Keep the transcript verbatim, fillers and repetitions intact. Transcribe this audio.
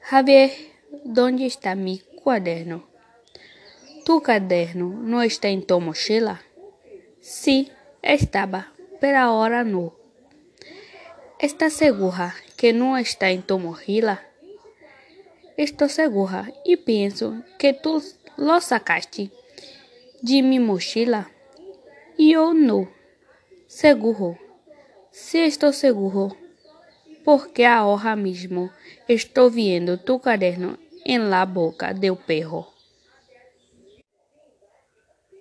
Javier, ¿dónde está mi cuaderno? ¿Tu caderno no está en tu mochila? Sí, estaba, pero ahora no. ¿Estás segura que no está en tu mochila? Estoy segura y pienso que tú lo sacaste de mi mochila. Yo no. Seguro. Sí estoy seguro. Porque ahora mismo estoy viendo tu caderno en la boca del perro.